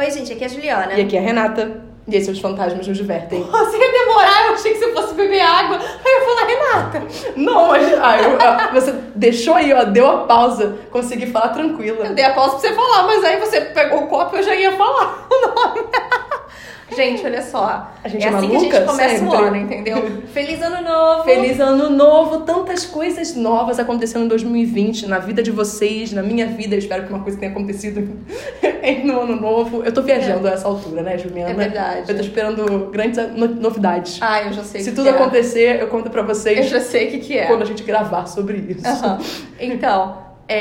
Oi, gente, aqui é a Juliana. E aqui é a Renata. E esses Os Fantasmas Nos Divertem. Você ia demorar, eu achei que você fosse beber água. Aí eu falei, Renata. Não, mas você deixou aí, ó, deu a pausa. Consegui falar tranquila. Eu dei a pausa pra você falar, mas aí você pegou o copo e eu já ia falar o nome. Gente, olha só. A gente é é assim maluca? que a gente começa Sempre. o ano, entendeu? Feliz ano novo. Feliz ano novo, tantas coisas novas acontecendo em 2020, na vida de vocês, na minha vida. Eu espero que uma coisa tenha acontecido no ano novo. Eu tô viajando a essa altura, né, Juliana? É verdade. Eu tô esperando grandes novidades. Ah, eu já sei Se que tudo é. acontecer, eu conto pra vocês. Eu já sei o que é. Quando a gente gravar sobre isso. Uhum. Então,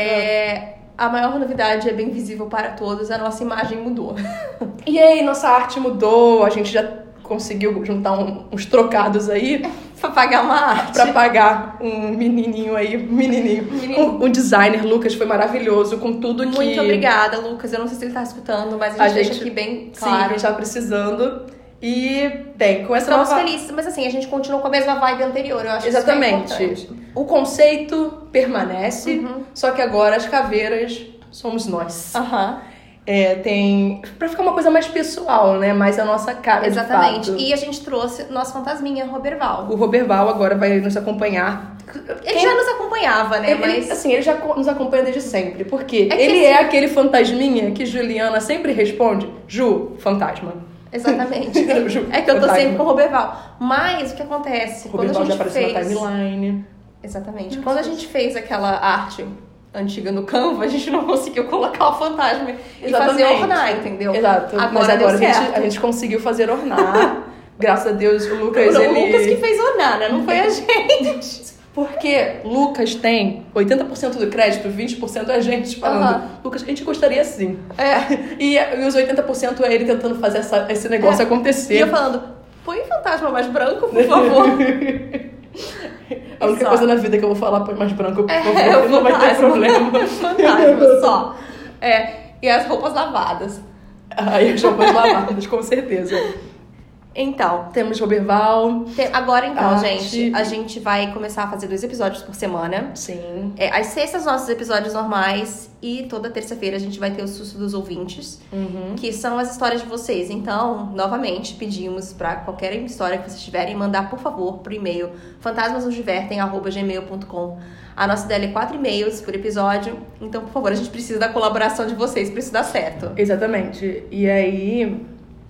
a maior novidade é bem visível para todos, a nossa imagem mudou. E aí, nossa arte mudou, a gente já conseguiu juntar uns trocados aí Pra pagar uma arte. pra pagar um menininho aí, um designer. Lucas foi maravilhoso com tudo que... Muito obrigada, Lucas. Eu não sei se ele tá escutando, mas a gente deixa aqui bem claro. Sim, a gente tá precisando. E, bem, com essa Estamos nova... felizes, mas assim, a gente continua com a mesma vibe anterior, eu acho. Exatamente. Que isso é importante. O conceito permanece, só que agora as caveiras somos nós. Aham. Tem... Pra ficar uma coisa mais pessoal, né? Mais a nossa cara, Exatamente. de fato. E a gente trouxe nosso fantasminha, Roberval. O Roberval agora vai nos acompanhar. Ele já nos acompanhava, né? Ele já nos acompanha desde sempre. Porque É que ele assim- é aquele fantasminha que Juliana sempre responde: Ju, fantasma. Exatamente. Ju, É que eu tô fantasma. sempre com o Roberval. Mas o que acontece? O Roberval já Quando a gente apareceu fez... na timeline. Exatamente. Quando a gente fez aquela arte antiga no Canva, a gente não conseguiu colocar o fantasma e fazer ornar, entendeu? Exato. Mas Agora agora deu certo. a gente conseguiu fazer ornar. Graças a Deus, o Lucas, O ele... Lucas que fez ornar, né? Não foi a gente. Porque Lucas tem 80% do crédito, 20% é a gente falando. Lucas, a gente gostaria sim. E os 80% é ele tentando fazer esse negócio acontecer. E eu falando, põe o fantasma mais branco, por favor. A única Só. coisa na vida que eu vou falar, põe mais branco, por favor, É, o não vai ter fantasma. problema. Fantasma só. E as roupas lavadas. Aí as roupas lavadas, com certeza. Então, Temos Roberval. agora então, Arte. gente, a gente vai começar a fazer 2 episódios por semana. Sim. Às sextas, nossos episódios normais. E toda terça-feira a gente vai ter o Susto dos Ouvintes. Que são as histórias de vocês. Então, novamente, pedimos pra qualquer história que vocês tiverem, mandar, por favor, pro e-mail fantasmasnosdivertem@gmail.com. A nossa ideia é 4 e-mails por episódio. Então, por favor, a gente precisa da colaboração de vocês pra isso dar certo. Exatamente. E aí,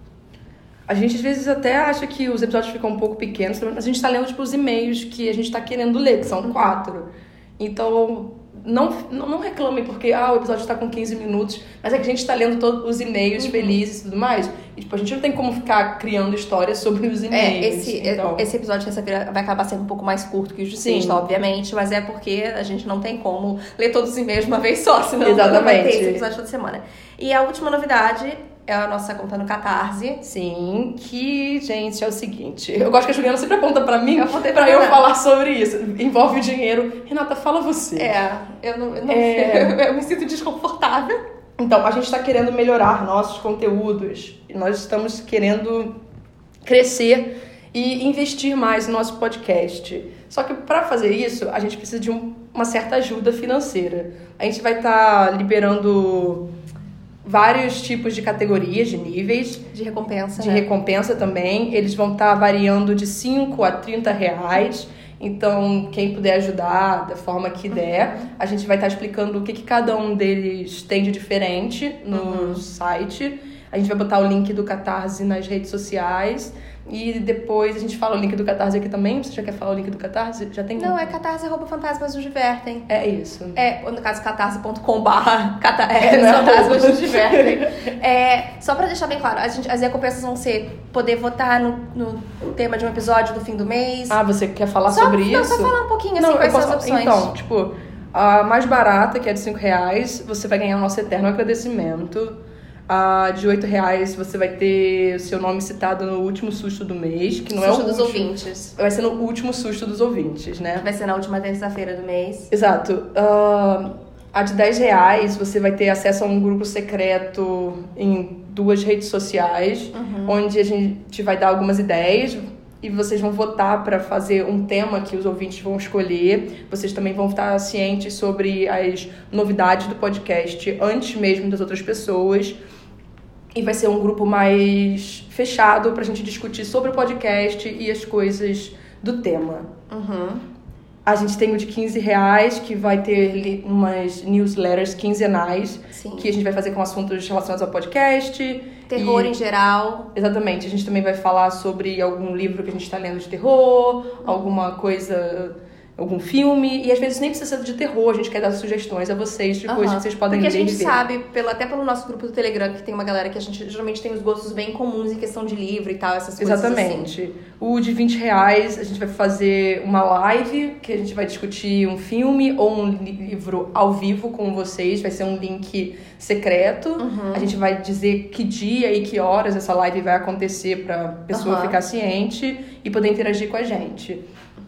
a gente às vezes até acha que os episódios ficam um pouco pequenos, mas a gente tá lendo, tipo, os e-mails que a gente tá querendo ler, que são 4. Então, não reclamem porque o episódio tá com 15 minutos, mas é que a gente tá lendo todos os e-mails felizes e tudo mais. E, tipo, a gente não tem como ficar criando histórias sobre os e-mails. Esse episódio de terça-feira vai acabar sendo um pouco mais curto que o de sexta, obviamente, mas é porque a gente não tem como ler todos os e-mails de uma vez só, senão não vai ter esse episódio toda semana. E a última novidade é a nossa conta no Catarse. Sim, que, gente, é o seguinte. Eu gosto que a Juliana sempre aponta pra mim apontei pra pra eu Renata. falar sobre isso. Envolve o dinheiro. Renata, fala você. Eu me sinto desconfortável. Então, a gente tá querendo melhorar nossos conteúdos. E nós estamos querendo crescer e investir mais no nosso podcast. Só que pra fazer isso, a gente precisa de uma certa ajuda financeira. A gente vai estar liberando vários tipos de categorias, de níveis. De recompensa, De recompensa também. Eles vão estar variando de 5 a 30 reais. Então, quem puder ajudar da forma que der, a gente vai estar explicando o que cada um deles tem de diferente no site. A gente vai botar o link do Catarse nas redes sociais. E depois a gente fala o link do Catarse aqui também. Você já quer falar o link do Catarse? Já tem? Não, é catarse@fantasmasnosdivertem. É isso. No caso, catarse.com/fantasmas nos divertem. Só pra deixar bem claro, as recompensas vão ser poder votar no tema de um episódio do fim do mês. Você quer falar sobre isso? Só falar um pouquinho, assim, quais são as opções. Então, tipo, a mais barata, que é de 5 reais, você vai ganhar o nosso eterno agradecimento. A de 8 reais, você vai ter o seu nome citado no último susto do mês, que não é o Susto dos último. ouvintes. Vai ser no último susto dos ouvintes, né? Vai ser na última terça-feira do mês. Exato. A de 10 reais, você vai ter acesso a um grupo secreto em 2 redes sociais, onde a gente vai dar algumas ideias e vocês vão votar para fazer um tema que os ouvintes vão escolher. Vocês também vão estar cientes sobre as novidades do podcast antes mesmo das outras pessoas. E vai ser um grupo mais fechado pra gente discutir sobre o podcast e as coisas do tema. A gente tem o de R$15, que vai ter umas newsletters quinzenais. Sim. Que a gente vai fazer com assuntos relacionados ao podcast. Terror em geral. Exatamente. A gente também vai falar sobre algum livro que a gente está lendo de terror, alguma coisa, algum filme. E às vezes nem precisa ser de terror, a gente quer dar sugestões a vocês de coisas que vocês podem ler e ver. Porque a gente sabe, até pelo nosso grupo do Telegram, que tem uma galera que a gente geralmente tem os gostos bem comuns em questão de livro e tal, essas coisas. Exatamente. Assim. O de R$20, a gente vai fazer uma live, que a gente vai discutir um filme ou um livro ao vivo com vocês. Vai ser um link secreto. A gente vai dizer que dia e que horas essa live vai acontecer pra pessoa ficar ciente e poder interagir com a gente.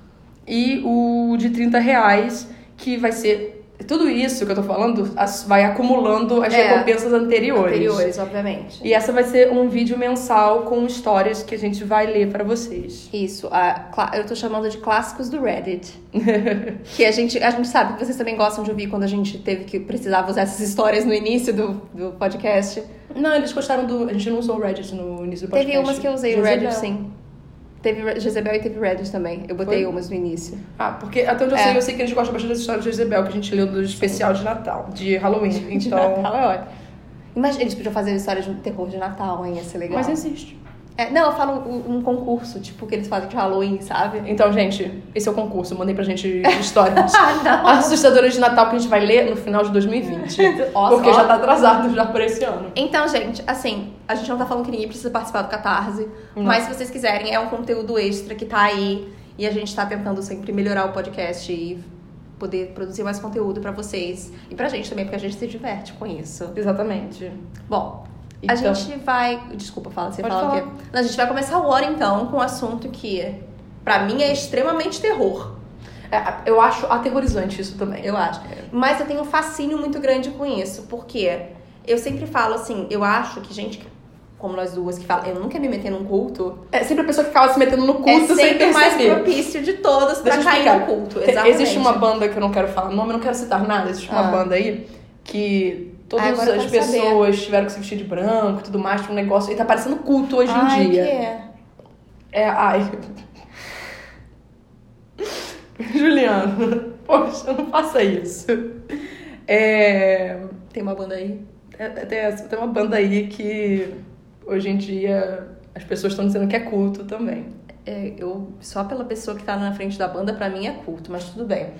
E o de R$30, que vai ser... Tudo isso que eu tô falando vai acumulando as recompensas anteriores. Anteriores, obviamente. E essa vai ser um vídeo mensal com histórias que a gente vai ler pra vocês. Isso. Eu tô chamando de clássicos do Reddit. Que a gente sabe que vocês também gostam de ouvir quando a gente precisava usar essas histórias no início do podcast. Não, eles gostaram A gente não usou o Reddit no início do podcast. Teve umas que eu usei o Reddit, sim. Teve Jezebel e teve Reddit também. Eu botei umas no início. Porque até onde eu sei que eles gostam bastante das histórias de Jezebel, que a gente leu do especial de Natal, de Halloween. Então... De Natal é ótimo. Imagina, eles podiam fazer histórias de terror de Natal, hein? Ia ser legal. Mas existe. Não, eu falo um concurso, tipo, que eles fazem de Halloween, sabe? Então, gente, esse é o concurso. Mandei pra gente histórias assustadoras de Natal que a gente vai ler no final de 2020. Porque já tá atrasado já por esse ano. Então, gente, assim, a gente não tá falando que ninguém precisa participar do Catarse. Mas se vocês quiserem, é um conteúdo extra que tá aí. E a gente tá tentando sempre melhorar o podcast e poder produzir mais conteúdo pra vocês. E pra gente também, porque a gente se diverte com isso. Exatamente. Bom... Então, a gente vai... Desculpa, você fala o quê? A gente vai começar o hora, então, com um assunto que, pra mim, é extremamente terror. Eu acho aterrorizante isso também. Eu acho. Mas eu tenho um fascínio muito grande com isso. Porque eu sempre falo assim... Eu acho que gente como nós duas que falam... Eu não quero me meter num culto. É sempre a pessoa que ficava se metendo no culto sem perceber. É sempre o mais propício de todas pra cair no culto. Exatamente. Existe uma banda que eu não quero falar o nome, eu não quero citar nada. Existe uma banda aí que... Todas as pessoas tiveram que se vestir de branco e tudo mais, um negócio. E tá parecendo culto hoje em dia. Juliana, poxa, não faça isso. Tem uma banda aí? Tem uma banda aí que hoje em dia as pessoas estão dizendo que é culto também. Só pela pessoa que tá na frente da banda, pra mim é culto, mas tudo bem.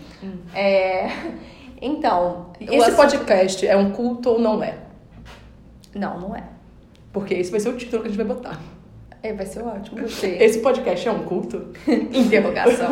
Então... Esse podcast é um culto ou não é? Não é. Porque esse vai ser o título que a gente vai botar. Vai ser ótimo, gostei. Esse podcast é um culto? Interrogação.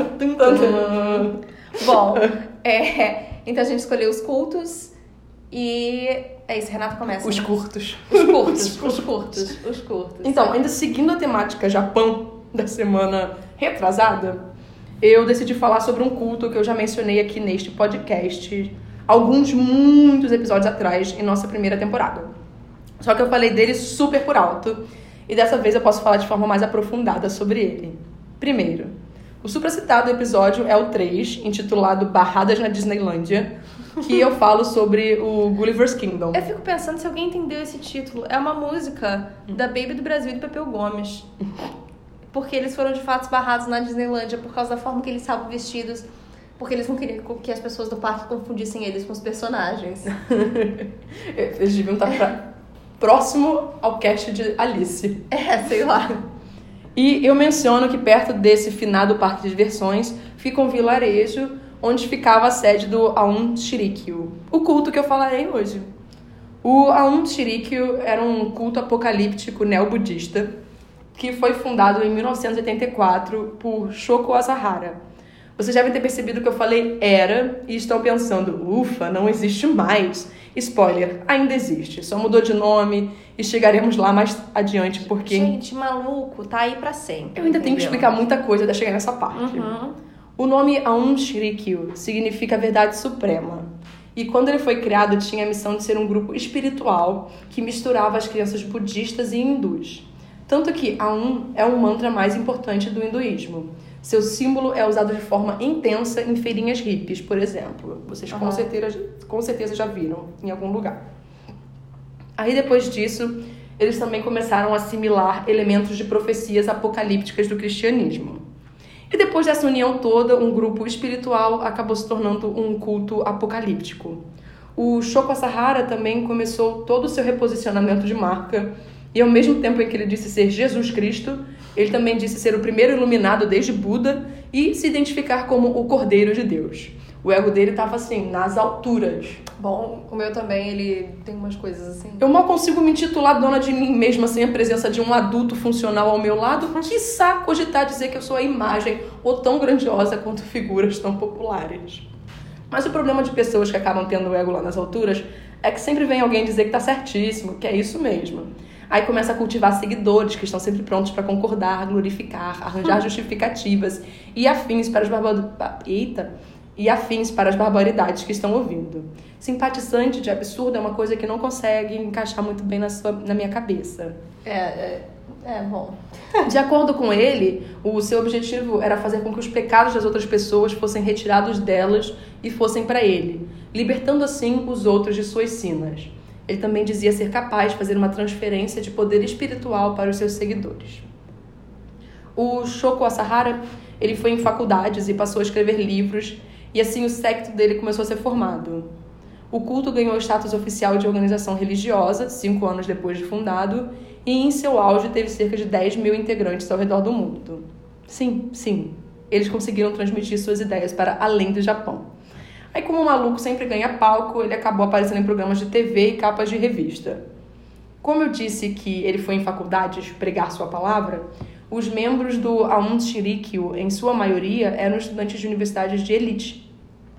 Bom, então a gente escolheu os cultos e é isso, Renato começa. Os curtos. Os curtos. Então, ainda seguindo a temática Japão da semana retrasada, eu decidi falar sobre um culto que eu já mencionei aqui neste podcast muitos episódios atrás, em nossa primeira temporada. Só que eu falei dele super por alto, e dessa vez eu posso falar de forma mais aprofundada sobre ele. Primeiro, o supracitado episódio é o 3, intitulado Barradas na Disneylândia, que eu falo sobre o Gulliver's Kingdom. Eu fico pensando se alguém entendeu esse título. É uma música da Baby do Brasil e do Pepeu Gomes. Porque eles foram de fato barrados na Disneylândia por causa da forma que eles estavam vestidos. Porque eles não queriam que as pessoas do parque confundissem eles com os personagens. Eles deviam estar próximo ao cast de Alice. Sei lá. E eu menciono que perto desse finado parque de diversões fica um vilarejo onde ficava a sede do Aum Shirikyo, o culto que eu falarei hoje. O Aum Shirikyo era um culto apocalíptico neo-budista que foi fundado em 1984 por Shoko Asahara. Vocês devem ter percebido que eu falei era e estão pensando, ufa, não existe mais. Spoiler, ainda existe, só mudou de nome e chegaremos lá mais adiante porque... Gente, maluco, tá aí pra sempre. Eu ainda tenho que explicar muita coisa até chegar nessa parte. O nome Aum Shirikyo significa verdade suprema. E quando ele foi criado, tinha a missão de ser um grupo espiritual que misturava as crenças budistas e hindus. Tanto que Aum é o mantra mais importante do hinduísmo. Seu símbolo é usado de forma intensa em feirinhas hippies, por exemplo. Vocês com certeza já viram em algum lugar. Aí depois disso, eles também começaram a assimilar elementos de profecias apocalípticas do cristianismo. E depois dessa união toda, um grupo espiritual acabou se tornando um culto apocalíptico. O Shoko Asahara também começou todo o seu reposicionamento de marca, e ao mesmo tempo em que ele disse ser Jesus Cristo, ele também disse ser o primeiro iluminado desde Buda e se identificar como o Cordeiro de Deus. O ego dele estava assim, nas alturas. Bom, o meu também, ele tem umas coisas assim. Eu mal consigo me intitular dona de mim mesma sem a presença de um adulto funcional ao meu lado, quiçá cogitar dizer que eu sou a imagem ou tão grandiosa quanto figuras tão populares. Mas o problema de pessoas que acabam tendo o ego lá nas alturas é que sempre vem alguém dizer que tá certíssimo, que é isso mesmo. Aí começa a cultivar seguidores que estão sempre prontos para concordar, glorificar, arranjar justificativas e afins para as barbaridades que estão ouvindo. Simpatizante de absurdo é uma coisa que não consegue encaixar muito bem na minha cabeça. Bom. De acordo com ele, o seu objetivo era fazer com que os pecados das outras pessoas fossem retirados delas e fossem para ele, libertando assim os outros de suas sinas. Ele também dizia ser capaz de fazer uma transferência de poder espiritual para os seus seguidores. O Shoko Asahara, ele foi em faculdades e passou a escrever livros, e assim o séquito dele começou a ser formado. O culto ganhou status oficial de organização religiosa, 5 anos depois de fundado, e em seu auge teve cerca de 10 mil integrantes ao redor do mundo. Sim, eles conseguiram transmitir suas ideias para além do Japão. Aí, como o maluco sempre ganha palco, ele acabou aparecendo em programas de TV e capas de revista. Como eu disse que ele foi em faculdades pregar sua palavra, os membros do Aum Shinrikyo, em sua maioria, eram estudantes de universidades de elite.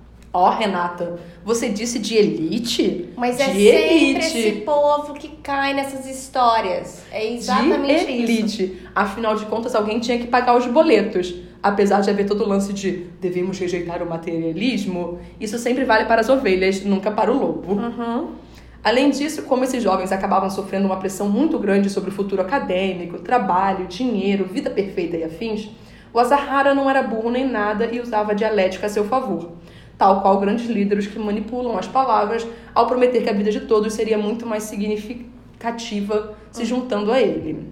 Renata, você disse de elite? Mas de sempre elite. Esse povo que cai nessas histórias. É exatamente de elite. Isso. Afinal de contas, alguém tinha que pagar os boletos. Apesar de haver todo o lance de devemos rejeitar o materialismo, isso sempre vale para as ovelhas, nunca para o lobo. Uhum. Além disso, como esses jovens acabavam sofrendo uma pressão muito grande sobre o futuro acadêmico, trabalho, dinheiro, vida perfeita e afins, o Asahara não era burro nem nada e usava a dialética a seu favor, tal qual grandes líderes que manipulam as palavras ao prometer que a vida de todos seria muito mais significativa se juntando a ele.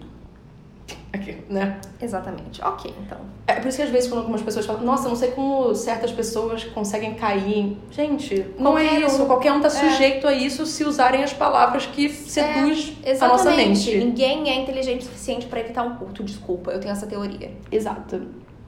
Aqui, né? Exatamente. Ok, então. É por isso que às vezes quando algumas pessoas falam, nossa, não sei como certas pessoas conseguem cair. Gente, não é isso. Qualquer um tá sujeito a isso se usarem as palavras que seduz a nossa mente. Ninguém é inteligente o suficiente pra evitar um culto. Desculpa, eu tenho essa teoria. Exato.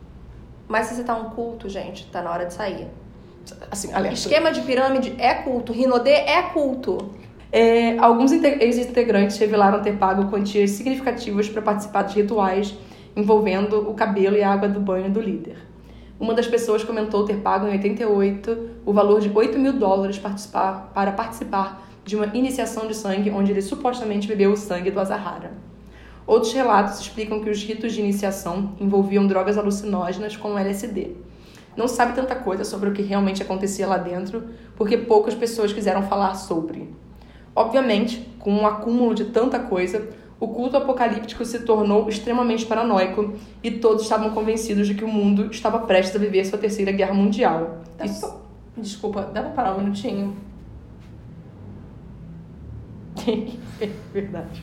Mas se você tá um culto, gente, tá na hora de sair. Assim, alerta. Esquema de pirâmide é culto. Rinodê é culto. Alguns ex-integrantes revelaram ter pago quantias significativas para participar de rituais envolvendo o cabelo e a água do banho do líder. Uma das pessoas comentou ter pago em 88 o valor de $8 mil para participar de uma iniciação de sangue onde ele supostamente bebeu o sangue do Asahara. Outros relatos explicam que os ritos de iniciação envolviam drogas alucinógenas como LSD. Não se sabe tanta coisa sobre o que realmente acontecia lá dentro, porque poucas pessoas quiseram falar sobre. Obviamente, com um acúmulo de tanta coisa, o culto apocalíptico se tornou extremamente paranoico e todos estavam convencidos de que o mundo estava prestes a viver sua terceira guerra mundial. Desculpa, dá pra parar um minutinho? Verdade.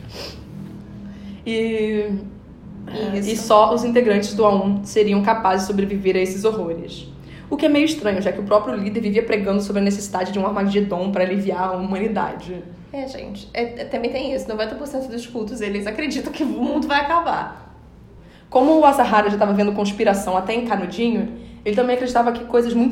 E só os integrantes do Aum seriam capazes de sobreviver a esses horrores. O que é meio estranho, já que o próprio líder vivia pregando sobre a necessidade de um Armagedon para aliviar a humanidade. Gente, também tem isso. 90% dos cultos, eles acreditam que o mundo vai acabar. Como o Asahara já estava vendo conspiração até em Canudinho, ele também acreditava que coisas muito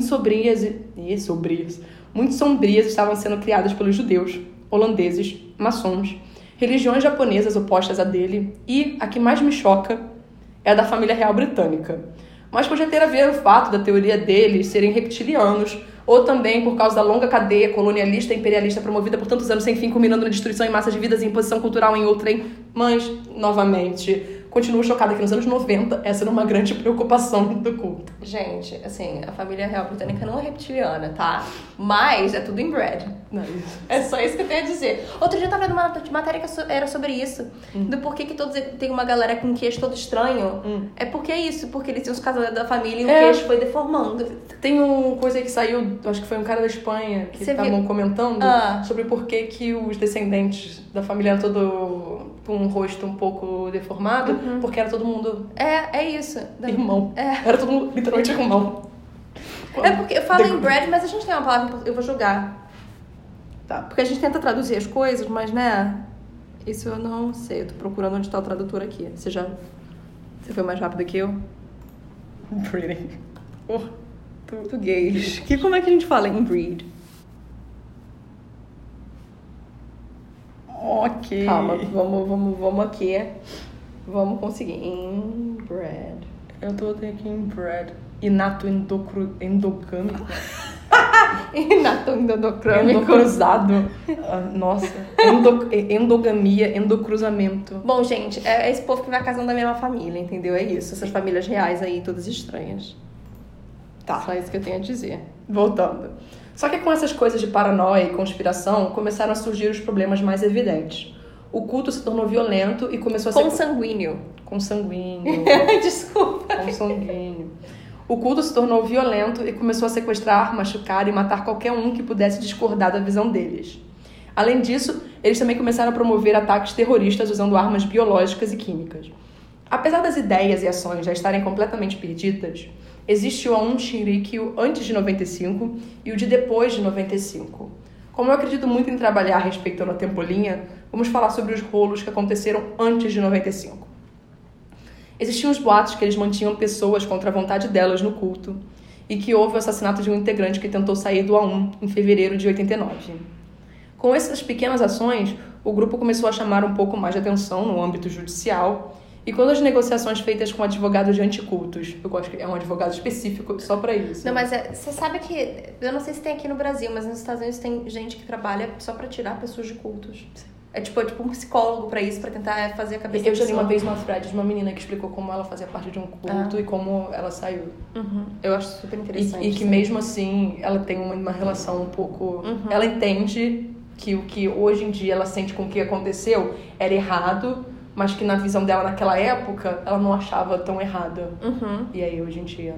muito sombrias estavam sendo criadas pelos judeus, holandeses, maçons, religiões japonesas opostas a dele e, a que mais me choca, é a da família real britânica. Mas podia ter a ver o fato da teoria deles serem reptilianos, ou também por causa da longa cadeia colonialista e imperialista promovida por tantos anos sem fim, culminando na destruição em massa de vidas e imposição cultural em outrem. Mas, novamente, continuo chocada que nos anos 90 essa era uma grande preocupação do culto. Gente, assim, a família real britânica não é reptiliana, tá? Mas é tudo inbred. É só isso que eu tenho a dizer. Outro dia eu tava vendo uma matéria que era sobre isso. Do porquê que todos tem uma galera com queixo todo estranho. É porque é isso, porque eles tinham os casais da família e o queixo foi deformando. Tem uma coisa que saiu, acho que foi um cara da Espanha, que estavam comentando sobre por que os descendentes da família eram todo com um rosto um pouco deformado, porque era todo mundo... É isso. Irmão. Era todo mundo literalmente irmão. É porque eu falo inbred, mas a gente tem uma palavra que eu vou jogar. Tá. Porque a gente tenta traduzir as coisas, mas, né... Isso eu não sei. Eu tô procurando onde tá o tradutor aqui. Você foi mais rápido que eu? Breeding. Português. Como é que a gente fala inbreed? Ok. Calma, vamos aqui. Vamos conseguir. Inbred. Eu tô aqui inbred. Inato endogâmico. Inato endocrâmico. Endocruzado. Nossa. Endogamia, endocruzamento. Bom, gente, é esse povo que vai casando da mesma família, entendeu? É isso. Essas famílias reais aí, todas estranhas. Tá. Só isso que eu tenho a dizer. Voltando. Só que com essas coisas de paranoia e conspiração, começaram a surgir os problemas mais evidentes. O culto se tornou violento e começou a ser... Consanguíneo. Desculpa. Consanguíneo. O culto se tornou violento e começou a sequestrar, machucar e matar qualquer um que pudesse discordar da visão deles. Além disso, eles também começaram a promover ataques terroristas usando armas biológicas e químicas. Apesar das ideias e ações já estarem completamente perdidas, existe o Aum Shinrikyo antes de 95 e o de depois de 95. Como eu acredito muito em trabalhar a respeito da tempolinha, vamos falar sobre os rolos que aconteceram antes de 95. Existiam os boatos que eles mantinham pessoas contra a vontade delas no culto e que houve o assassinato de um integrante que tentou sair do Aum em fevereiro de 89. Com essas pequenas ações, o grupo começou a chamar um pouco mais de atenção no âmbito judicial e quando as negociações feitas com advogados de anticultos, eu acho que é um advogado específico só pra isso. Não, mas você sabe que, eu não sei se tem aqui no Brasil, mas nos Estados Unidos tem gente que trabalha só pra tirar pessoas de cultos. Sim. É tipo um psicólogo pra isso, pra tentar fazer a cabeça. Eu já li uma vez uma thread de uma menina que explicou como ela fazia parte de um culto e como ela saiu. Eu acho super interessante. E que mesmo assim, ela tem uma relação um pouco... Ela entende que o que hoje em dia ela sente com o que aconteceu era errado, mas que na visão dela naquela época, ela não achava tão errada. E aí, hoje em dia...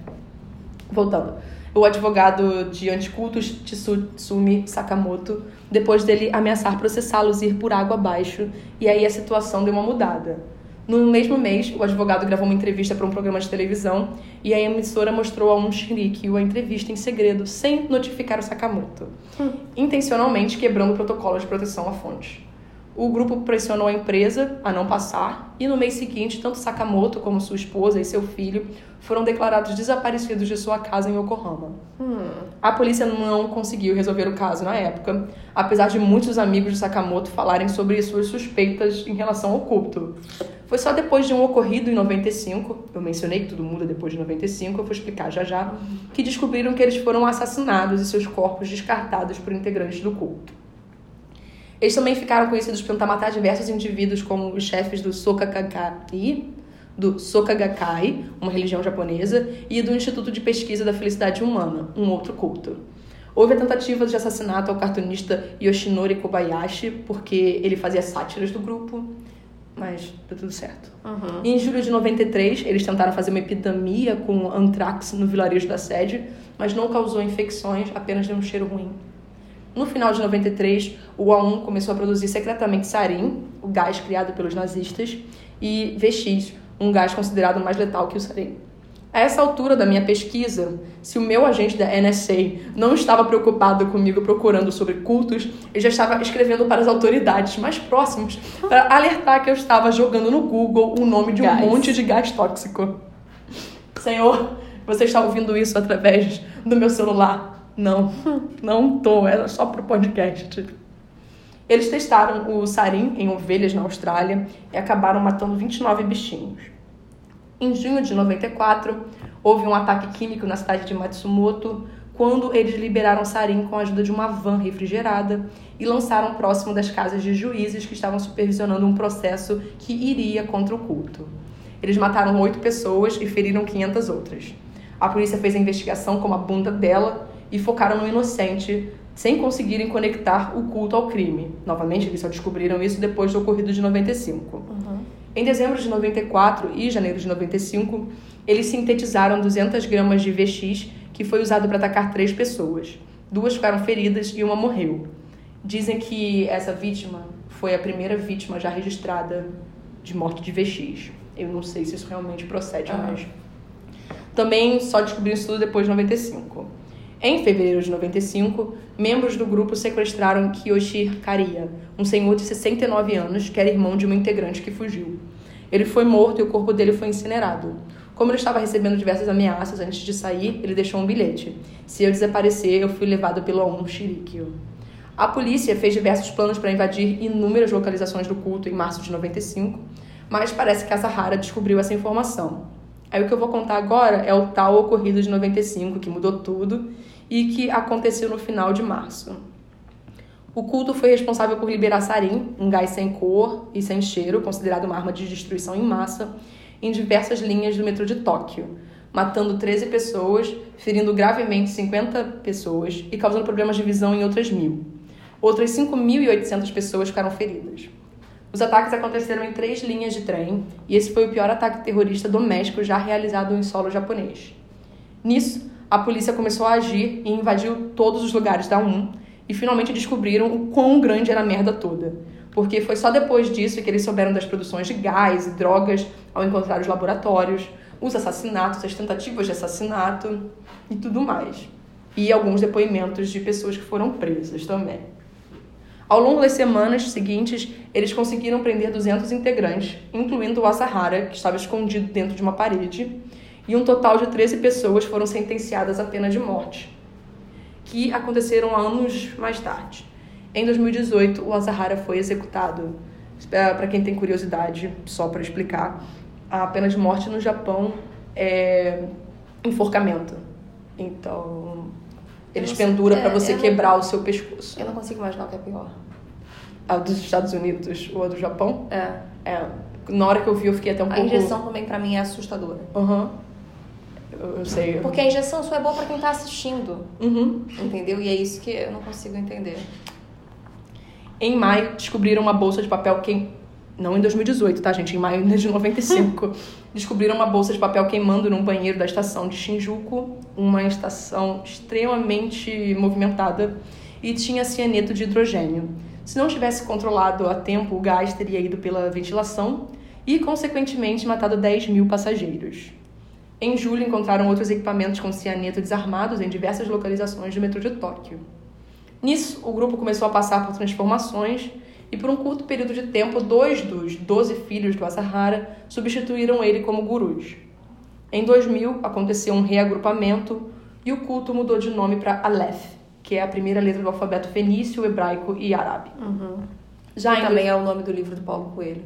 Voltando. O advogado de anticultos, Tsumi Sakamoto, depois dele ameaçar processá-los e ir por água abaixo, e aí a situação deu uma mudada. No mesmo mês, o advogado gravou uma entrevista para um programa de televisão e a emissora mostrou a Aum Shinrikyo a entrevista em segredo, sem notificar o Sakamoto, intencionalmente quebrando o protocolo de proteção à fonte. O grupo pressionou a empresa a não passar e no mês seguinte, tanto Sakamoto como sua esposa e seu filho foram declarados desaparecidos de sua casa em Yokohama. A polícia não conseguiu resolver o caso na época, apesar de muitos amigos de Sakamoto falarem sobre suas suspeitas em relação ao culto. Foi só depois de um ocorrido em 95, eu mencionei que tudo muda depois de 95, eu vou explicar já, que descobriram que eles foram assassinados e seus corpos descartados por integrantes do culto. Eles também ficaram conhecidos por tentar matar diversos indivíduos, como os chefes do Soka Gakkai, uma religião japonesa, e do Instituto de Pesquisa da Felicidade Humana, um outro culto. Houve a tentativa de assassinato ao cartunista Yoshinori Kobayashi, porque ele fazia sátiras do grupo, mas deu tudo certo. E em julho de 93, eles tentaram fazer uma epidemia com anthrax no vilarejo da sede, mas não causou infecções, apenas deu um cheiro ruim. No final de 93, o Aum começou a produzir secretamente sarin, o gás criado pelos nazistas, e VX, um gás considerado mais letal que o sarin. A essa altura da minha pesquisa, se o meu agente da NSA não estava preocupado comigo procurando sobre cultos, ele já estava escrevendo para as autoridades mais próximas para alertar que eu estava jogando no Google o nome de um monte de gás tóxico. Senhor, você está ouvindo isso através do meu celular? Não tô, era só pro podcast. Eles testaram o sarin em ovelhas na Austrália e acabaram matando 29 bichinhos. Em junho de 94, houve um ataque químico na cidade de Matsumoto, quando eles liberaram sarin com a ajuda de uma van refrigerada e lançaram próximo das casas de juízes que estavam supervisionando um processo que iria contra o culto. Eles mataram 8 pessoas e feriram 500 outras. A polícia fez a investigação com a bunda dela e focaram no inocente, sem conseguirem conectar o culto ao crime. Novamente, eles só descobriram isso depois do ocorrido de 95. Em dezembro de 94 e janeiro de 95, eles sintetizaram 200 gramas de VX, que foi usado para atacar 3 pessoas. 2 ficaram feridas e uma morreu. Dizem que essa vítima foi a primeira vítima já registrada de morte de vestígios. Eu não sei se isso realmente procede, mas... Também só descobriram isso tudo depois de 95. Em fevereiro de 95, membros do grupo sequestraram Kiyoshi Kariya, um senhor de 69 anos que era irmão de uma integrante que fugiu. Ele foi morto e o corpo dele foi incinerado. Como ele estava recebendo diversas ameaças antes de sair, ele deixou um bilhete. Se eu desaparecer, eu fui levado pelo Aum Shirikyo. A polícia fez diversos planos para invadir inúmeras localizações do culto em março de 95, mas parece que a Asahara descobriu essa informação. Aí o que eu vou contar agora é o tal ocorrido de 95, que mudou tudo e que aconteceu no final de março. O culto foi responsável por liberar sarin, um gás sem cor e sem cheiro, considerado uma arma de destruição em massa, em diversas linhas do metrô de Tóquio, matando 13 pessoas, ferindo gravemente 50 pessoas e causando problemas de visão em outras 1.000. Outras 5.800 pessoas ficaram feridas. Os ataques aconteceram em 3 linhas de trem e esse foi o pior ataque terrorista doméstico já realizado em solo japonês. Nisso, a polícia começou a agir e invadiu todos os lugares da UM e finalmente descobriram o quão grande era a merda toda. Porque foi só depois disso que eles souberam das produções de gás e drogas ao encontrar os laboratórios, os assassinatos, as tentativas de assassinato e tudo mais. E alguns depoimentos de pessoas que foram presas também. Ao longo das semanas seguintes, eles conseguiram prender 200 integrantes, incluindo o Asahara, que estava escondido dentro de uma parede, e um total de 13 pessoas foram sentenciadas à pena de morte, que aconteceram anos mais tarde. Em 2018, o Asahara foi executado. Para quem tem curiosidade, só para explicar, a pena de morte no Japão é enforcamento. Então, eles penduram para você quebrar o seu pescoço. Eu não consigo imaginar o que é pior. A dos Estados Unidos ou a do Japão? Na hora que eu vi, eu fiquei até um pouco... A injeção também, pra mim, é assustadora. Eu sei. Porque a injeção só é boa pra quem tá assistindo. Entendeu? E é isso que eu não consigo entender. Em maio, descobriram uma bolsa de papel Não em 2018, tá, gente? Em maio de 95. Descobriram uma bolsa de papel queimando num banheiro da estação de Shinjuku, uma estação extremamente movimentada, e tinha cianeto de hidrogênio. Se não tivesse controlado a tempo, o gás teria ido pela ventilação e, consequentemente, matado 10.000 passageiros. Em julho, encontraram outros equipamentos com cianeto desarmados em diversas localizações do metrô de Tóquio. Nisso, o grupo começou a passar por transformações e, por um curto período de tempo, 2 dos 12 filhos do Asahara substituíram ele como gurus. Em 2000, aconteceu um reagrupamento e o culto mudou de nome para Aleph, que é a primeira letra do alfabeto fenício, hebraico e árabe. Também é o nome do livro do Paulo Coelho.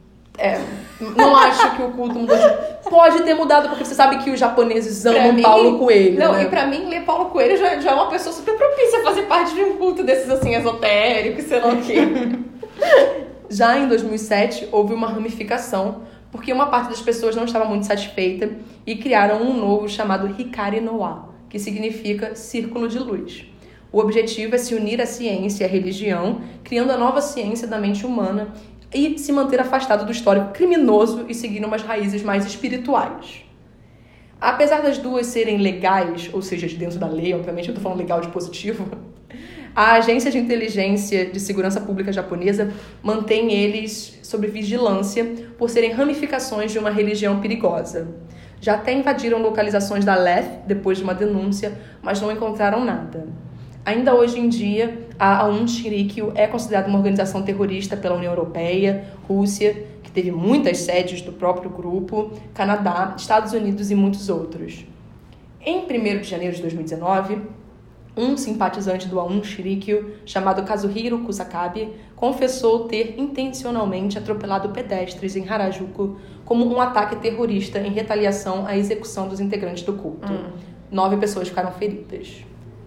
Não acho que o culto mudou Pode ter mudado, porque você sabe que os japoneses amam Paulo Coelho, Não, né? e pra mim, ler Paulo Coelho já é uma pessoa super propícia a fazer parte de um culto desses, assim, esotéricos, sei lá o quê. Já em 2007, houve uma ramificação, porque uma parte das pessoas não estava muito satisfeita e criaram um novo chamado Hikari no Wa, que significa Círculo de Luz. O objetivo é se unir à ciência e à religião, criando a nova ciência da mente humana e se manter afastado do histórico criminoso e seguir umas raízes mais espirituais. Apesar das duas serem legais, ou seja, de dentro da lei, obviamente eu tô falando legal de positivo, a Agência de Inteligência de Segurança Pública japonesa mantém eles sob vigilância por serem ramificações de uma religião perigosa. Já até invadiram localizações da Aleph depois de uma denúncia, mas não encontraram nada. Ainda hoje em dia, a Aum Shinrikyo é considerada uma organização terrorista pela União Europeia, Rússia, que teve muitas sedes do próprio grupo, Canadá, Estados Unidos e muitos outros. Em 1º de janeiro de 2019, um simpatizante do Aum Shinrikyo, chamado Kazuhiro Kusakabe, confessou ter intencionalmente atropelado pedestres em Harajuku como um ataque terrorista em retaliação à execução dos integrantes do culto. 9 pessoas ficaram feridas.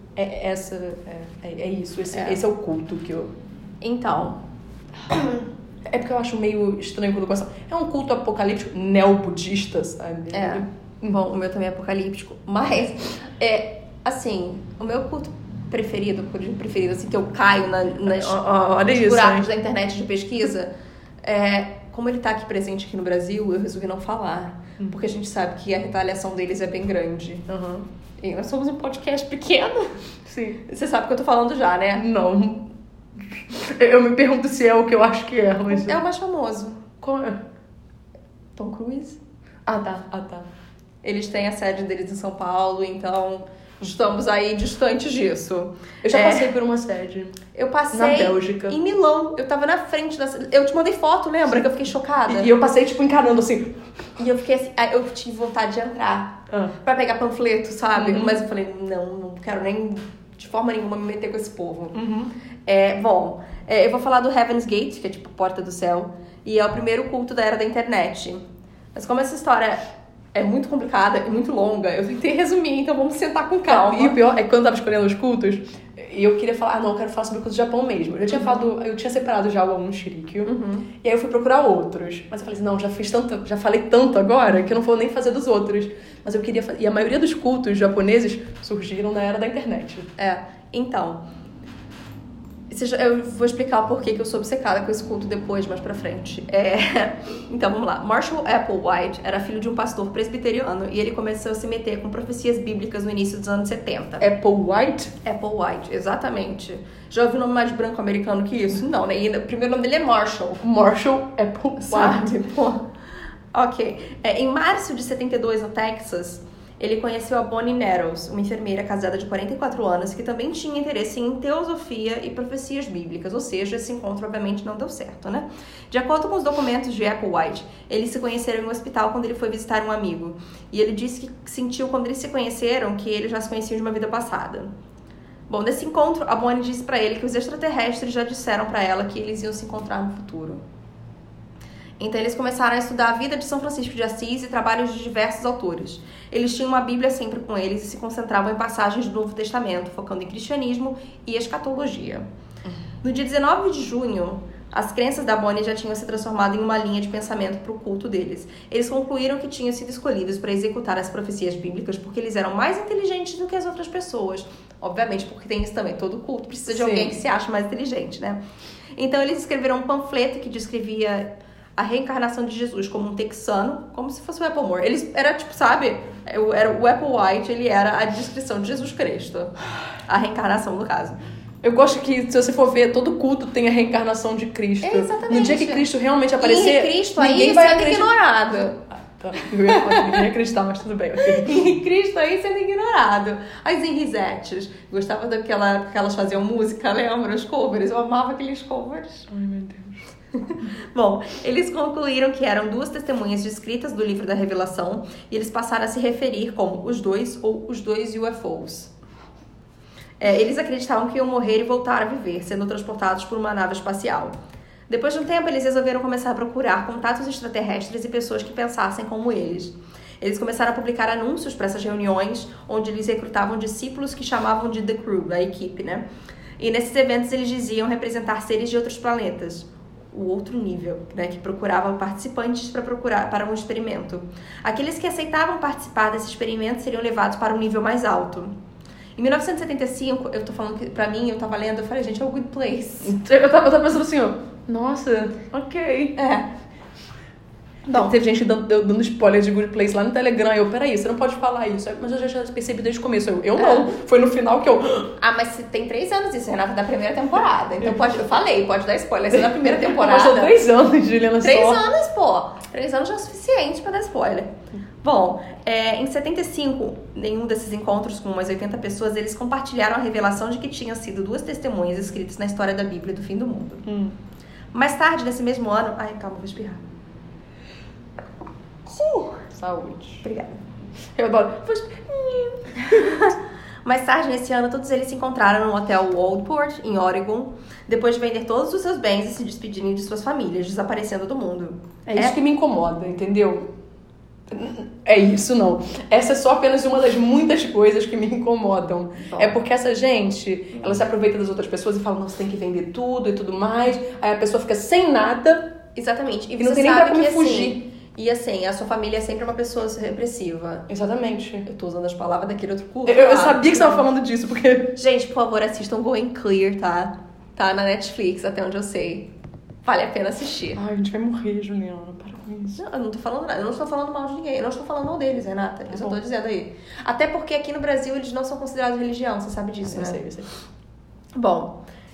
Esse é o culto que eu... Então... É porque eu acho meio estranho quando eu gosto. É um culto apocalíptico neo-budista, sabe? Bom, o meu também é apocalíptico, mas... assim, o meu culto preferido, assim, que eu caio nos buracos da internet de pesquisa, como ele tá aqui presente aqui no Brasil, eu resolvi não falar. Porque a gente sabe que a retaliação deles é bem grande. E nós somos um podcast pequeno. Sim. Você sabe o que eu tô falando já, né? Não. Eu me pergunto se é o que eu acho que é, mas... É o mais famoso. Qual é? Tom Cruise. Ah, tá. Eles têm a sede deles em São Paulo, então estamos aí distantes disso. Eu já passei por uma sede. Eu passei na Bélgica. Em Milão. Eu tava na frente da... Eu te mandei foto, lembra? Sim. Que eu fiquei chocada. E eu passei, tipo, encarando assim. E eu fiquei assim... Eu tive vontade de entrar pra pegar panfleto, sabe? Mas eu falei, não quero nem de forma nenhuma me meter com esse povo. Eu vou falar do Heaven's Gate, que é tipo Porta do Céu. E é o primeiro culto da era da internet. Mas como essa história é muito complicada e muito longa, eu tentei resumir, então vamos sentar com calma. E o pior é que quando eu tava escolhendo os cultos, eu queria falar, eu quero falar sobre o culto do Japão mesmo. Eu já tinha eu tinha separado já o Aum Shirikyo, e aí eu fui procurar outros. Mas eu falei assim, não, já falei tanto agora que eu não vou nem fazer dos outros. Mas eu queria fazer. E a maioria dos cultos japoneses surgiram na era da internet. Então... Eu vou explicar o porquê que eu sou obcecada com esse culto depois, mais pra frente. Então, vamos lá. Marshall Applewhite era filho de um pastor presbiteriano e ele começou a se meter com profecias bíblicas no início dos anos 70. Applewhite? Applewhite, exatamente. Já ouviu o nome mais branco americano que isso? Não, né? E o primeiro nome dele é Marshall. Marshall Applewhite. Sabe? Pô. Ok. Em março de 72, no Texas... Ele conheceu a Bonnie Nettles, uma enfermeira casada de 44 anos que também tinha interesse em teosofia e profecias bíblicas, ou seja, esse encontro obviamente não deu certo, né? De acordo com os documentos de Applewhite, eles se conheceram em um hospital quando ele foi visitar um amigo. E ele disse que sentiu quando eles se conheceram que eles já se conheciam de uma vida passada. Bom, nesse encontro, a Bonnie disse pra ele que os extraterrestres já disseram pra ela que eles iam se encontrar no futuro. Então, eles começaram a estudar a vida de São Francisco de Assis e trabalhos de diversos autores. Eles tinham uma Bíblia sempre com eles e se concentravam em passagens do Novo Testamento, focando em cristianismo e escatologia. No dia 19 de junho, as crenças da Bonnie já tinham se transformado em uma linha de pensamento para o culto deles. Eles concluíram que tinham sido escolhidos para executar as profecias bíblicas porque eles eram mais inteligentes do que as outras pessoas. Obviamente, porque tem isso também. Todo culto precisa de alguém que se acha mais inteligente, né? Então, eles escreveram um panfleto que descrevia a reencarnação de Jesus como um texano, como se fosse o Applemore. Eles era tipo, sabe? O Applewhite, ele era a descrição de Jesus Cristo. A reencarnação, no caso. Eu gosto que, se você for ver, todo culto tem a reencarnação de Cristo. Exatamente. No dia que Cristo realmente aparecer, e Cristo ninguém aí vai sendo acreditar. ignorado. Tá. Ninguém ia acreditar, mas tudo bem. E Cristo aí sendo ignorado. As Henrisettes. Gostava daquela que elas faziam música, lembra? Os covers. Eu amava aqueles covers. Ai, meu Deus. Bom, eles concluíram que eram duas testemunhas descritas do livro da Revelação e eles passaram a se referir como os dois ou os dois UFOs. Eles acreditavam que iam morrer e voltar a viver, sendo transportados por uma nave espacial. Depois de um tempo, eles resolveram começar a procurar contatos extraterrestres e pessoas que pensassem como eles. Eles começaram a publicar anúncios para essas reuniões, onde eles recrutavam discípulos que chamavam de The Crew, a equipe, né? E nesses eventos eles diziam representar seres de outros planetas. O outro nível, né, que procuravam participantes para um experimento. Aqueles que aceitavam participar desse experimento seriam levados para um nível mais alto. Em 1975, eu tô falando que, pra mim, eu tava lendo, eu falei, gente, é o Good Place. Eu tava pensando assim, ó, nossa, ok. Bom, teve gente dando spoiler de Good Place lá no Telegram. Eu, peraí, você não pode falar isso. Mas eu já percebi desde o começo. Eu não. Foi no final que eu... Ah, mas tem 3 anos isso, Renata, da primeira temporada. Então eu falei, pode dar spoiler. Isso é da primeira temporada. Passou 3 anos, Juliana. 3 anos, pô. 3 anos já é o suficiente pra dar spoiler. Bom, em 75, nenhum desses encontros com umas 80 pessoas, eles compartilharam a revelação de que tinham sido 2 testemunhas escritas na história da Bíblia do fim do mundo. Mais tarde, nesse mesmo ano... Ai, calma, vou espirrar. Saúde. Obrigada. Eu adoro. Mais tarde, nesse ano, todos eles se encontraram no hotel Waldport, em Oregon, depois de vender todos os seus bens e se despedirem de suas famílias, desaparecendo do mundo. É isso que me incomoda, entendeu? É isso, não. Essa é só apenas uma das muitas coisas que me incomodam. É porque essa gente, ela se aproveita das outras pessoas e fala, não, você tem que vender tudo e tudo mais. Aí a pessoa fica sem nada. Exatamente. E não tem nem pra como fugir. E assim, a sua família é sempre uma pessoa repressiva. Exatamente. Eu tô usando as palavras daquele outro curso. Eu sabia que você tava falando disso, porque... Gente, por favor, assistam Going Clear, tá? Tá na Netflix, até onde eu sei. Vale a pena assistir. Ai, a gente vai morrer, Juliana. Para com isso. Não, eu não tô falando nada. Eu não estou falando mal de ninguém. Eu não estou falando mal deles, Renata. Eu só tô dizendo aí. Até porque aqui no Brasil eles não são considerados religião. Você sabe disso, né? Eu sei. Bom,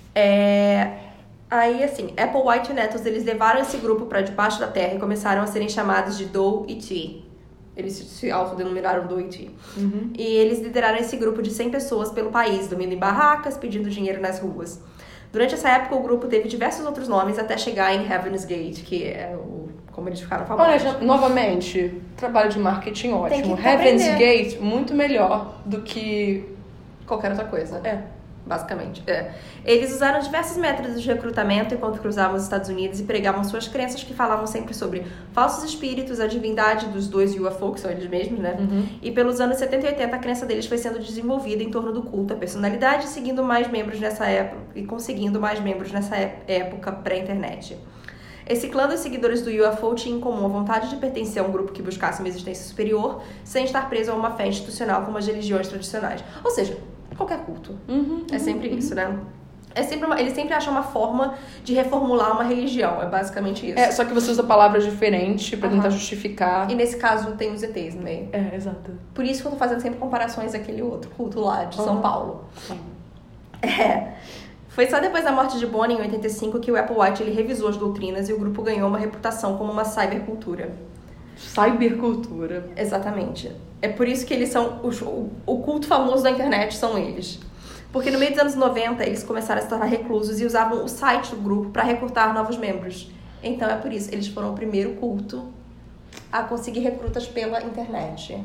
Aí, assim, Applewhite e Nettles, eles levaram esse grupo pra debaixo da terra e começaram a serem chamados de Doe e T. Eles se autodenominaram Doe e T. E eles lideraram esse grupo de 100 pessoas pelo país, dormindo em barracas, pedindo dinheiro nas ruas. Durante essa época, o grupo teve diversos outros nomes até chegar em Heaven's Gate, que é como eles ficaram famosos. Olha, novamente, trabalho de marketing ótimo. Heaven's Gate, muito melhor do que qualquer outra coisa. Basicamente. Eles usaram diversos métodos de recrutamento enquanto cruzavam os Estados Unidos e pregavam suas crenças que falavam sempre sobre falsos espíritos, a divindade dos dois UFO, que são eles mesmos, né? E pelos anos 70 e 80, a crença deles foi sendo desenvolvida em torno do culto à personalidade, seguindo mais membros nessa época e conseguindo mais membros nessa época pré-internet. Esse clã dos seguidores do UFO tinha em comum a vontade de pertencer a um grupo que buscasse uma existência superior, sem estar preso a uma fé institucional como as religiões tradicionais. Ou seja, qualquer culto. É sempre isso, né? Eles sempre acham uma forma de reformular uma religião. É basicamente isso. Só que você usa palavras diferentes pra tentar justificar. E nesse caso tem os ETs no meio. Exato. Por isso que eu tô fazendo sempre comparações àquele outro culto lá de São Paulo. Sim. Foi só depois da morte de Bonnie, em 85, que o Applewhite ele revisou as doutrinas e o grupo ganhou uma reputação como uma cybercultura. Cybercultura. Exatamente. É por isso que eles são... O culto famoso da internet são eles. Porque no meio dos anos 90, eles começaram a se tornar reclusos e usavam o site do grupo para recrutar novos membros. Então é por isso. Eles foram o primeiro culto a conseguir recrutas pela internet.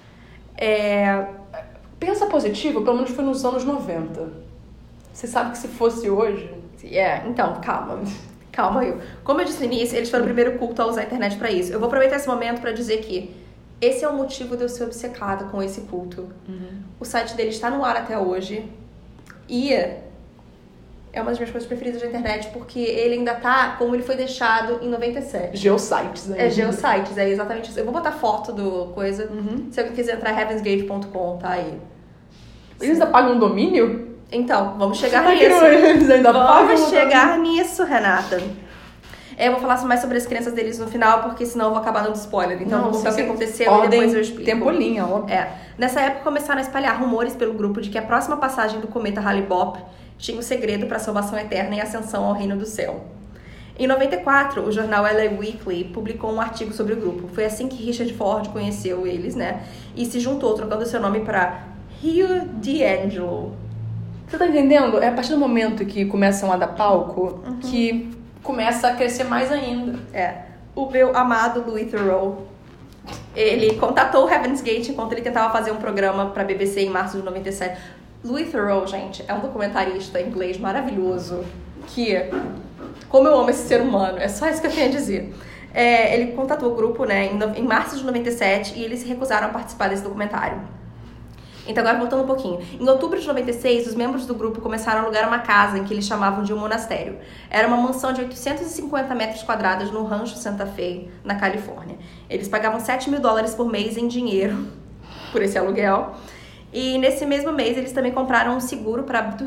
Pensa positivo, pelo menos foi nos anos 90. Você sabe que se fosse hoje... Então, calma, Will. Como eu disse no início, eles foram o primeiro culto a usar a internet pra isso. Eu vou aproveitar esse momento pra dizer que esse é o motivo de eu ser obcecada com esse culto. O site dele está no ar até hoje. E é uma das minhas coisas preferidas da internet, porque ele ainda tá como ele foi deixado em 97. Geosites, né? Geosites, é exatamente isso. Eu vou botar foto do coisa. Se alguém quiser entrar, heavensgate.com, tá aí. Eles ainda pagam um domínio? Então, vamos chegar nisso. Vamos chegar nisso, Renata. Eu vou falar mais sobre as crenças deles no final, porque senão eu vou acabar dando spoiler. Então, vou contar o que aconteceu e depois eu explico. Tempolinha, óbvio. Nessa época, começaram a espalhar rumores pelo grupo de que a próxima passagem do cometa Hale-Bopp tinha um segredo para a salvação eterna e ascensão ao reino do céu. Em 94, o jornal LA Weekly publicou um artigo sobre o grupo. Foi assim que Richard Ford conheceu eles, né? E se juntou, trocando seu nome para Hugh D'Angelo. Você tá entendendo? É a partir do momento que começam a dar palco que começa a crescer mais ainda. O meu amado Louis Theroux, ele contatou o Heaven's Gate enquanto ele tentava fazer um programa pra BBC em março de 97. Louis Theroux, gente, é um documentarista inglês maravilhoso que... Como eu amo esse ser humano, é só isso que eu tenho a dizer. Ele contatou o grupo, né, em março de 97 e eles se recusaram a participar desse documentário. Então, agora voltando um pouquinho. Em outubro de 96, os membros do grupo começaram a alugar uma casa em que eles chamavam de um monastério. Era uma mansão de 850 metros quadrados no Rancho Santa Fe, na Califórnia. Eles pagavam $7.000 por mês em dinheiro por esse aluguel. E nesse mesmo mês, eles também compraram um seguro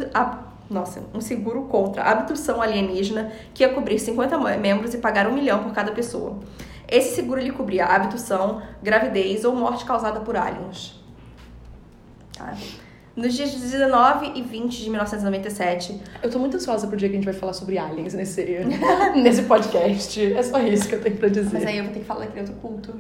um seguro contra a abdução alienígena que ia cobrir 50 membros e pagar $1 milhão por cada pessoa. Esse seguro ele cobria a abdução, gravidez ou morte causada por aliens. Nos dias 19 e 20 de 1997... Eu tô muito ansiosa pro dia que a gente vai falar sobre aliens nesse podcast. É só isso que eu tenho pra dizer. Mas aí eu vou ter que falar daquele outro culto.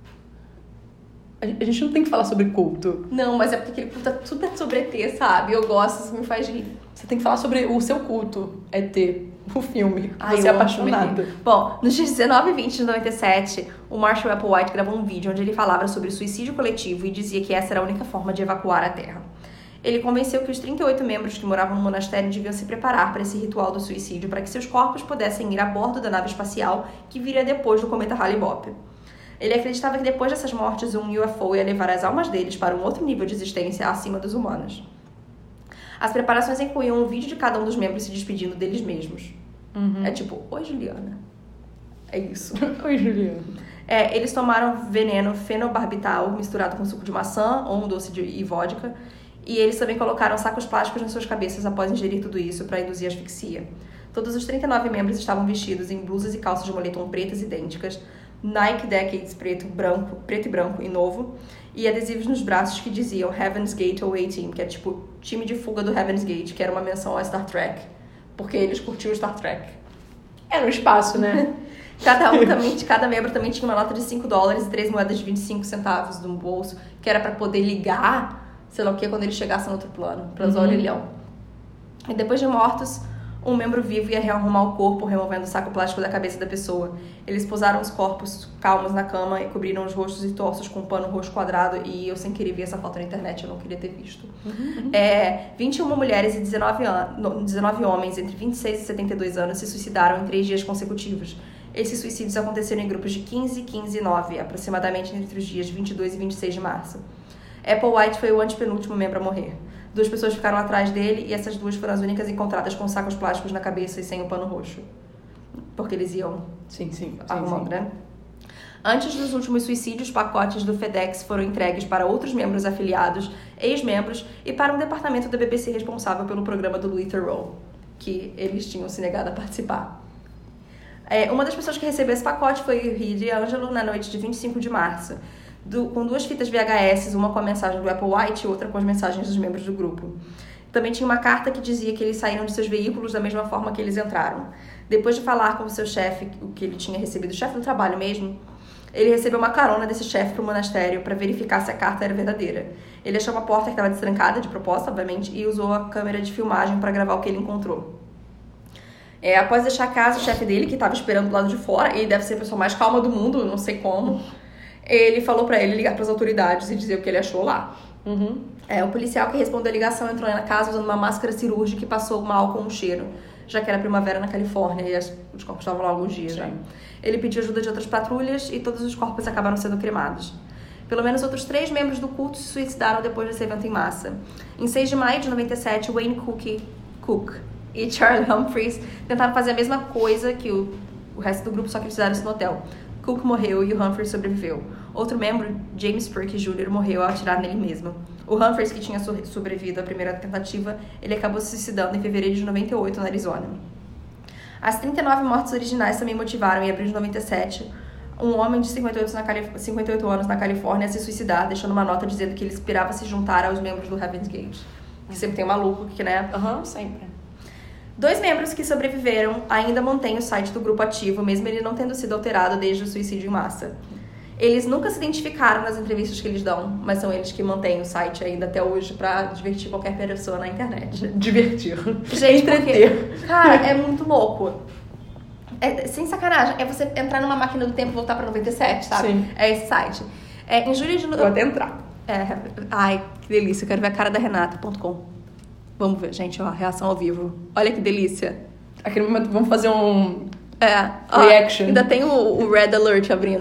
A gente não tem que falar sobre culto. Não, mas é porque aquele culto tudo é sobre ET, sabe? Eu gosto, isso me faz rir. Você tem que falar sobre o seu culto, ET, o filme. Você é apaixonado. Bom, nos dias 19 e 20 de 97, o Marshall Applewhite gravou um vídeo onde ele falava sobre suicídio coletivo e dizia que essa era a única forma de evacuar a Terra. Ele convenceu que os 38 membros que moravam no monastério deviam se preparar para esse ritual do suicídio para que seus corpos pudessem ir a bordo da nave espacial que viria depois do cometa Hale-Bopp. Ele acreditava que depois dessas mortes, um UFO ia levar as almas deles para um outro nível de existência acima dos humanos. As preparações incluíam um vídeo de cada um dos membros se despedindo deles mesmos. É tipo, oi Juliana. É isso. Oi Juliana. Eles tomaram veneno fenobarbital misturado com suco de maçã ou um doce e vodka. E eles também colocaram sacos plásticos nas suas cabeças após ingerir tudo isso para induzir asfixia. Todos os 39 membros estavam vestidos em blusas e calças de moletom pretas idênticas, Nike Decades preto e branco e novo, e adesivos nos braços que diziam Heaven's Gate Away Team, que é tipo time de fuga do Heaven's Gate, que era uma menção ao Star Trek, porque eles curtiam Star Trek. Era um espaço, né? Cada membro também tinha uma nota de $5 e 3 moedas de 25 centavos no bolso, que era pra poder ligar, sei lá o que, quando eles chegassem no outro plano, pra usar o orelhão. E depois de mortos, um membro vivo ia arrumar o corpo, removendo o saco plástico da cabeça da pessoa. Eles posaram os corpos calmos na cama e cobriram os rostos e torsos com um pano roxo quadrado. E eu, sem querer, vi essa foto na internet, eu não queria ter visto. 21 mulheres e 19 homens entre 26 e 72 anos se suicidaram em 3 dias consecutivos. Esses suicídios aconteceram em grupos de 15, 15 e 9, aproximadamente entre os dias 22 e 26 de março. Applewhite foi o antepenúltimo membro a morrer. 2 pessoas ficaram atrás dele e essas 2 foram as únicas encontradas com sacos plásticos na cabeça e sem o pano roxo. Porque eles iam arrumando, né? Antes dos últimos suicídios, pacotes do FedEx foram entregues para outros membros afiliados, ex-membros e para um departamento da BBC responsável pelo programa do Louis Theroux, que eles tinham se negado a participar. Uma das pessoas que recebeu esse pacote foi o Reed Angelo na noite de 25 de março. Com 2 fitas VHS, uma com a mensagem do Applewhite e outra com as mensagens dos membros do grupo. Também tinha uma carta que dizia que eles saíram de seus veículos da mesma forma que eles entraram. Depois de falar com o seu chefe, o que ele tinha recebido, o chefe do trabalho mesmo, ele recebeu uma carona desse chefe para o monastério para verificar se a carta era verdadeira. Ele achou uma porta que estava destrancada, de propósito, obviamente, e usou a câmera de filmagem para gravar o que ele encontrou. Após deixar a casa, o chefe dele, que estava esperando do lado de fora, e deve ser a pessoa mais calma do mundo, não sei como, ele falou pra ele ligar pras autoridades e dizer o que ele achou lá. O policial que respondeu a ligação entrou na casa usando uma máscara cirúrgica e passou mal com um cheiro, já que era primavera na Califórnia e os corpos estavam lá há alguns dias. Já. Ele pediu ajuda de outras patrulhas e todos os corpos acabaram sendo cremados. Pelo menos outros 3 membros do culto se suicidaram depois desse evento em massa. Em 6 de maio de 97, Wayne Cook e Charlie Humphreys tentaram fazer a mesma coisa que o resto do grupo, só que eles fizeram isso no hotel. Cook morreu e o Humphreys sobreviveu. Outro membro, James Perk Jr., morreu ao atirar nele mesmo. O Humphreys, que tinha sobrevivido à primeira tentativa, ele acabou se suicidando em fevereiro de 98, na Arizona. As 39 mortes originais também motivaram, em abril de 97, um homem de 58 anos na Califórnia a se suicidar, deixando uma nota dizendo que ele aspirava se juntar aos membros do Heaven's Gate. Que sempre tem um maluco que, né? Sempre. 2 membros que sobreviveram ainda mantêm o site do grupo ativo, mesmo ele não tendo sido alterado desde o suicídio em massa. Eles nunca se identificaram nas entrevistas que eles dão, mas são eles que mantêm o site ainda até hoje pra divertir qualquer pessoa na internet. Divertir. Gente, porque, cara, é muito louco. Sem sacanagem. É você entrar numa máquina do tempo e voltar pra 97, sabe? Sim. É esse site. Em julho de... Vou até entrar. Ai, que delícia. Eu quero ver a cara da Renata.com. Vamos ver, gente, ó, reação ao vivo. Olha que delícia. Aquele momento, vamos fazer um reaction. Ainda tem o Red Alert abrindo.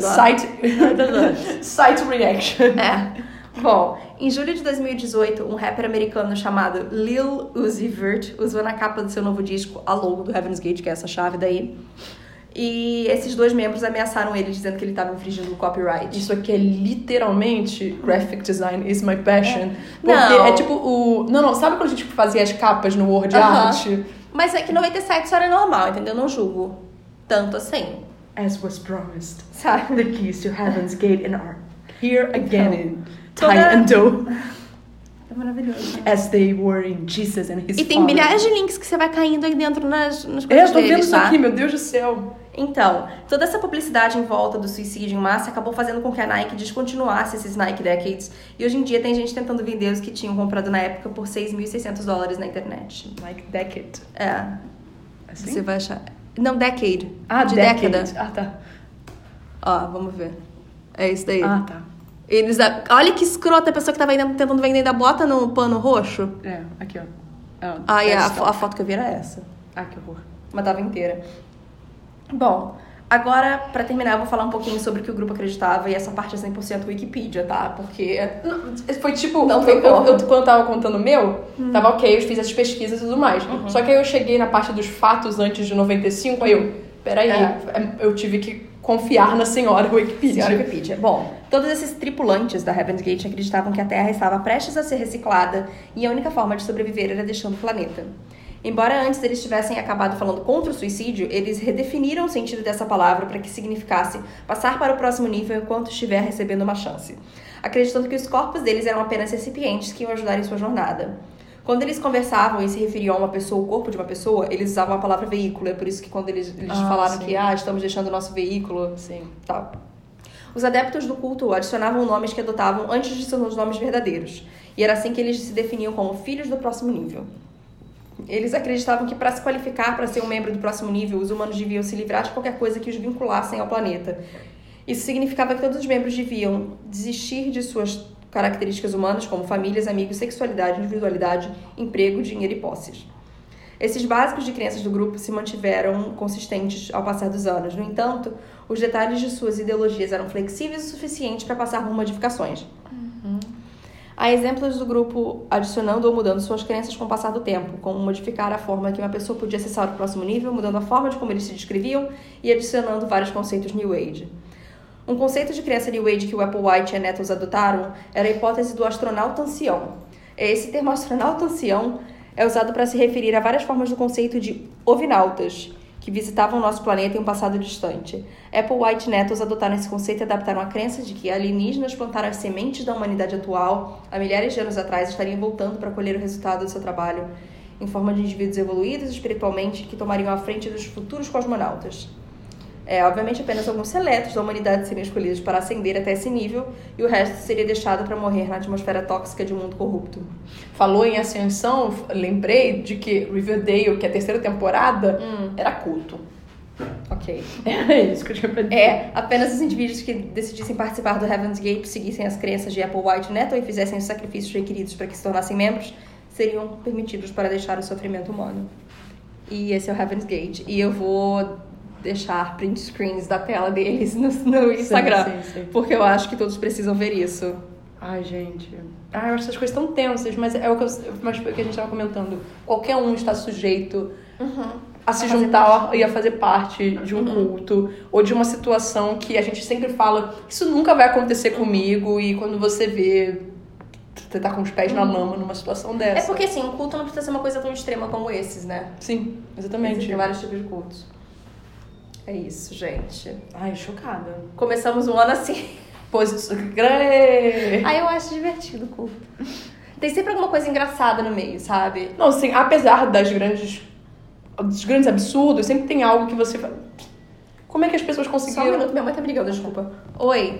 Site reaction. Bom, em julho de 2018, um rapper americano chamado Lil Uzi Vert usou na capa do seu novo disco a logo do Heaven's Gate, que é essa chave daí. E esses 2 membros ameaçaram ele, dizendo que ele estava infringindo o copyright. Isso aqui é literalmente graphic design is my passion. Porque não. É tipo o... Não, sabe quando a gente fazia as capas no Word Art? Mas é que 97 isso era normal, entendeu? Eu não julgo tanto assim. As was promised. Sabe? The keys to Heaven's Gate and are here again in Ty and Doe. É maravilhoso. As they were in Jesus and his E tem milhares de links que você vai caindo aí dentro nas coisas eu tô vendo deles, isso tá? aqui, meu Deus do céu. Então, toda essa publicidade em volta do suicídio em massa acabou fazendo com que a Nike descontinuasse esses Nike Decades. E hoje em dia tem gente tentando vender os que tinham comprado na época por $6.600 na internet. Nike Decade. Assim? Você vai achar... Não, Decade. De década. Tá. Ó, vamos ver. É isso daí. Tá. Olha que escrota a pessoa que tava tentando vender, ainda bota no pano roxo. Aqui, ó. A foto que eu vi era essa. Que horror. Mas tava inteira. Bom, agora, pra terminar, eu vou falar um pouquinho sobre o que o grupo acreditava, e essa parte é 100% Wikipedia, tá? Porque... Foi tipo... Não eu, como. quando eu tava contando o meu, tava ok, eu fiz as pesquisas e tudo mais. Só que aí eu cheguei na parte dos fatos antes de 95, aí peraí, eu tive que confiar na senhora Wikipedia. Bom, todos esses tripulantes da Heaven's Gate acreditavam que a Terra estava prestes a ser reciclada e a única forma de sobreviver era deixando o planeta. Embora antes eles tivessem acabado falando contra o suicídio, eles redefiniram o sentido dessa palavra para que significasse passar para o próximo nível enquanto estiver recebendo uma chance, acreditando que os corpos deles eram apenas recipientes que iam ajudar em sua jornada. Quando eles conversavam e se referiam a uma pessoa, o corpo de uma pessoa, eles usavam a palavra veículo. É por isso que quando eles falaram que estamos deixando o nosso veículo, tal. Os adeptos do culto adicionavam nomes que adotavam antes de seus nomes verdadeiros. E era assim que eles se definiam como filhos do próximo nível. Eles acreditavam que para se qualificar para ser um membro do próximo nível, os humanos deviam se livrar de qualquer coisa que os vinculassem ao planeta. Isso significava que todos os membros deviam desistir de suas características humanas, como famílias, amigos, sexualidade, individualidade, emprego, dinheiro e posses. Esses básicos de crenças do grupo se mantiveram consistentes ao passar dos anos. No entanto, os detalhes de suas ideologias eram flexíveis o suficiente para passar por modificações. Há exemplos do grupo adicionando ou mudando suas crenças com o passar do tempo, como modificar a forma que uma pessoa podia acessar o próximo nível, mudando a forma de como eles se descreviam e adicionando vários conceitos New Age. Um conceito de crença New Age que o Applewhite e a Nettles adotaram era a hipótese do astronauta ancião. Esse termo astronauta ancião é usado para se referir a várias formas do conceito de ovinautas, que visitavam o nosso planeta em um passado distante. Applewhite e Nettles adotaram esse conceito e adaptaram a crença de que alienígenas plantaram as sementes da humanidade atual há milhares de anos atrás e estariam voltando para colher o resultado do seu trabalho em forma de indivíduos evoluídos espiritualmente que tomariam a frente dos futuros cosmonautas. Obviamente, apenas alguns seletos da humanidade seriam escolhidos para ascender até esse nível e o resto seria deixado para morrer na atmosfera tóxica de um mundo corrupto. Falou em ascensão, lembrei de que Riverdale, que é a terceira temporada, era culto. Ok. É isso que eu tinha pra dizer. Apenas os indivíduos que decidissem participar do Heaven's Gate, seguissem as crenças de Applewhite e Nettle e fizessem os sacrifícios requeridos para que se tornassem membros, seriam permitidos para deixar o sofrimento humano. E esse é o Heaven's Gate. E eu vou deixar print screens da tela deles no Instagram. Sim. Porque eu acho que todos precisam ver isso. Ai, gente. Eu acho essas coisas tão tensas, mas é o que a gente estava comentando. Qualquer um está sujeito a se juntar e a fazer parte de um culto ou de uma situação que a gente sempre fala, isso nunca vai acontecer comigo, e quando você vê, você tá com os pés na lama numa situação dessa. É porque, assim, um culto não precisa ser uma coisa tão extrema como esses, né? Sim, exatamente. Tem vários tipos de cultos. É isso, gente. Ai, chocada. Começamos um ano assim. Aí eu acho divertido o culto. Tem sempre alguma coisa engraçada no meio, sabe? Não, assim, apesar dos grandes absurdos, sempre tem algo que você fala. Como é que as pessoas conseguiram? Só um minuto, minha mãe tá me ligando, desculpa. Oi.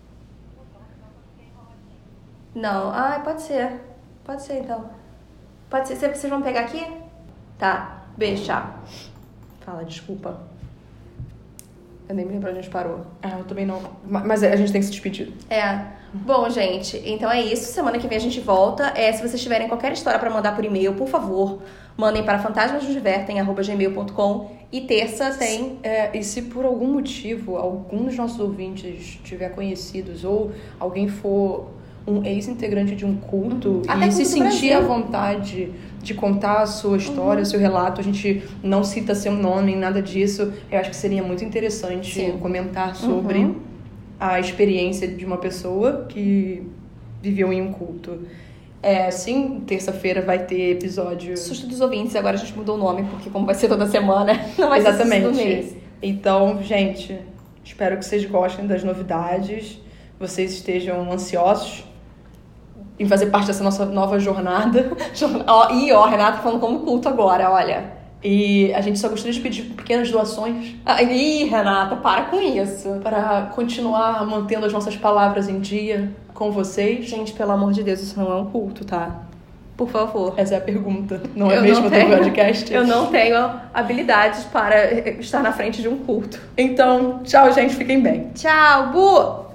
Não, pode ser. Pode ser, então. Pode ser. Vocês vão pegar aqui? Tá. Beijo, tchau. Fala, desculpa. Eu nem me lembro onde a gente parou. Eu também não. Mas a gente tem que se despedir. Bom, gente, então é isso. Semana que vem a gente volta. Se vocês tiverem qualquer história pra mandar por e-mail, por favor, mandem para fantasmasnosdivertem@gmail.com. E terça tem... E se por algum motivo algum dos nossos ouvintes tiver conhecidos ou alguém for um ex-integrante de um culto e se sentir à vontade de contar a sua história, o seu relato, a gente não cita seu nome, nada disso, eu acho que seria muito interessante comentar sobre a experiência de uma pessoa que viveu em um culto. Sim, terça-feira vai ter episódio... Susto dos ouvintes, agora a gente mudou o nome, porque como vai ser toda semana, não vai ser susto do mês. Então, gente, espero que vocês gostem das novidades, vocês estejam ansiosos em fazer parte dessa nossa nova jornada. Renata falando como culto agora, olha. E a gente só gostaria de pedir pequenas doações. Renata, para com isso. Para continuar mantendo as nossas palavras em dia com vocês. Gente, pelo amor de Deus, isso não é um culto, tá? Por favor. Essa é a pergunta, não é mesmo do podcast? Eu não tenho habilidades para estar na frente de um culto. Então, tchau, gente. Fiquem bem. Tchau, Bu!